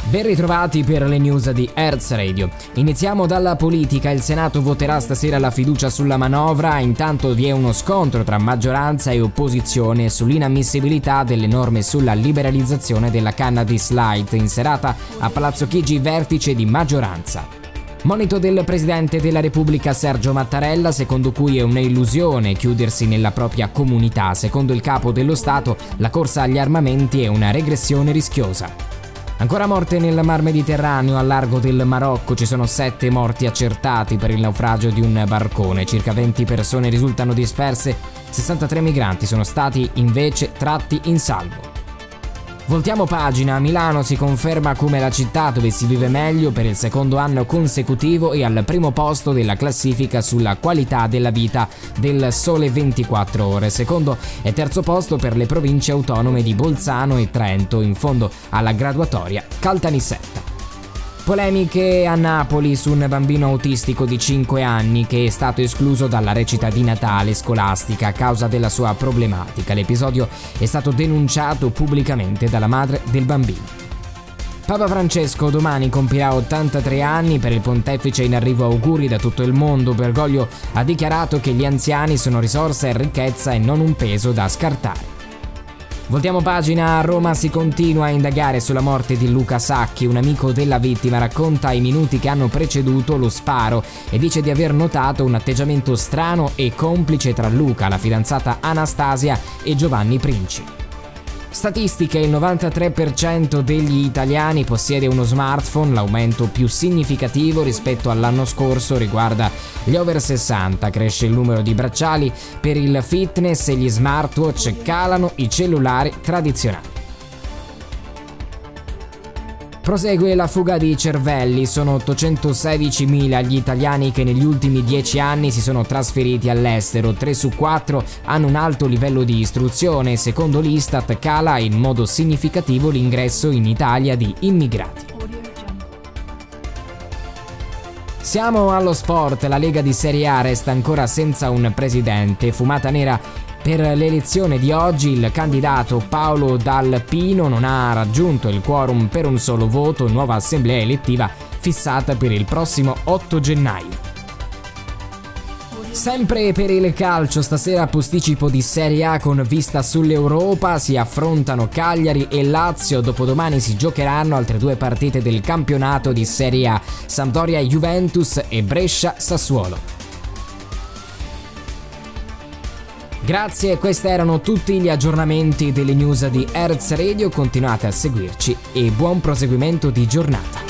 Ben ritrovati per le news di Erz Radio. Iniziamo dalla politica. Il Senato voterà stasera la fiducia sulla manovra, intanto vi è uno scontro tra maggioranza e opposizione sull'inammissibilità delle norme sulla liberalizzazione della cannabis light. In serata a Palazzo Chigi vertice di maggioranza. Monito del Presidente della Repubblica Sergio Mattarella, secondo cui è un'illusione chiudersi nella propria comunità. Secondo il capo dello Stato, la corsa agli armamenti è una regressione rischiosa. Ancora morte nel Mar Mediterraneo, al largo del Marocco ci sono 7 morti accertati per il naufragio di un barcone, circa 20 persone risultano disperse, 63 migranti sono stati invece tratti in salvo. Voltiamo pagina, Milano si conferma come la città dove si vive meglio per il secondo anno consecutivo e al primo posto della classifica sulla qualità della vita del Sole 24 Ore, secondo e terzo posto per le province autonome di Bolzano e Trento, in fondo alla graduatoria Caltanissetta. Polemiche a Napoli su un bambino autistico di 5 anni che è stato escluso dalla recita di Natale scolastica a causa della sua problematica. L'episodio è stato denunciato pubblicamente dalla madre del bambino. Papa Francesco domani compirà 83 anni, per il pontefice in arrivo auguri da tutto il mondo. Bergoglio ha dichiarato che gli anziani sono risorsa e ricchezza e non un peso da scartare. Voltiamo pagina, a Roma si continua a indagare sulla morte di Luca Sacchi. Un amico della vittima racconta i minuti che hanno preceduto lo sparo e dice di aver notato un atteggiamento strano e complice tra Luca, la fidanzata Anastasia e Giovanni Princi. Statistiche: il 93% degli italiani possiede uno smartphone, l'aumento più significativo rispetto all'anno scorso riguarda gli over 60, cresce il numero di bracciali per il fitness e gli smartwatch, calano i cellulari tradizionali. Prosegue la fuga di cervelli, sono 816.000 gli italiani che negli ultimi 10 anni si sono trasferiti all'estero, 3 su 4 hanno un alto livello di istruzione, secondo l'Istat cala in modo significativo l'ingresso in Italia di immigrati. Siamo allo sport, la Lega di Serie A resta ancora senza un presidente, fumata nera per l'elezione di oggi. Il candidato Paolo Dal Pino non ha raggiunto il quorum per un solo voto, nuova assemblea elettiva fissata per il prossimo 8 gennaio. Sempre per il calcio, stasera posticipo di Serie A con vista sull'Europa, si affrontano Cagliari e Lazio, dopodomani si giocheranno altre 2 partite del campionato di Serie A, Sampdoria Juventus e Brescia Sassuolo. Grazie, questi erano tutti gli aggiornamenti delle news di Erz Radio, continuate a seguirci e buon proseguimento di giornata.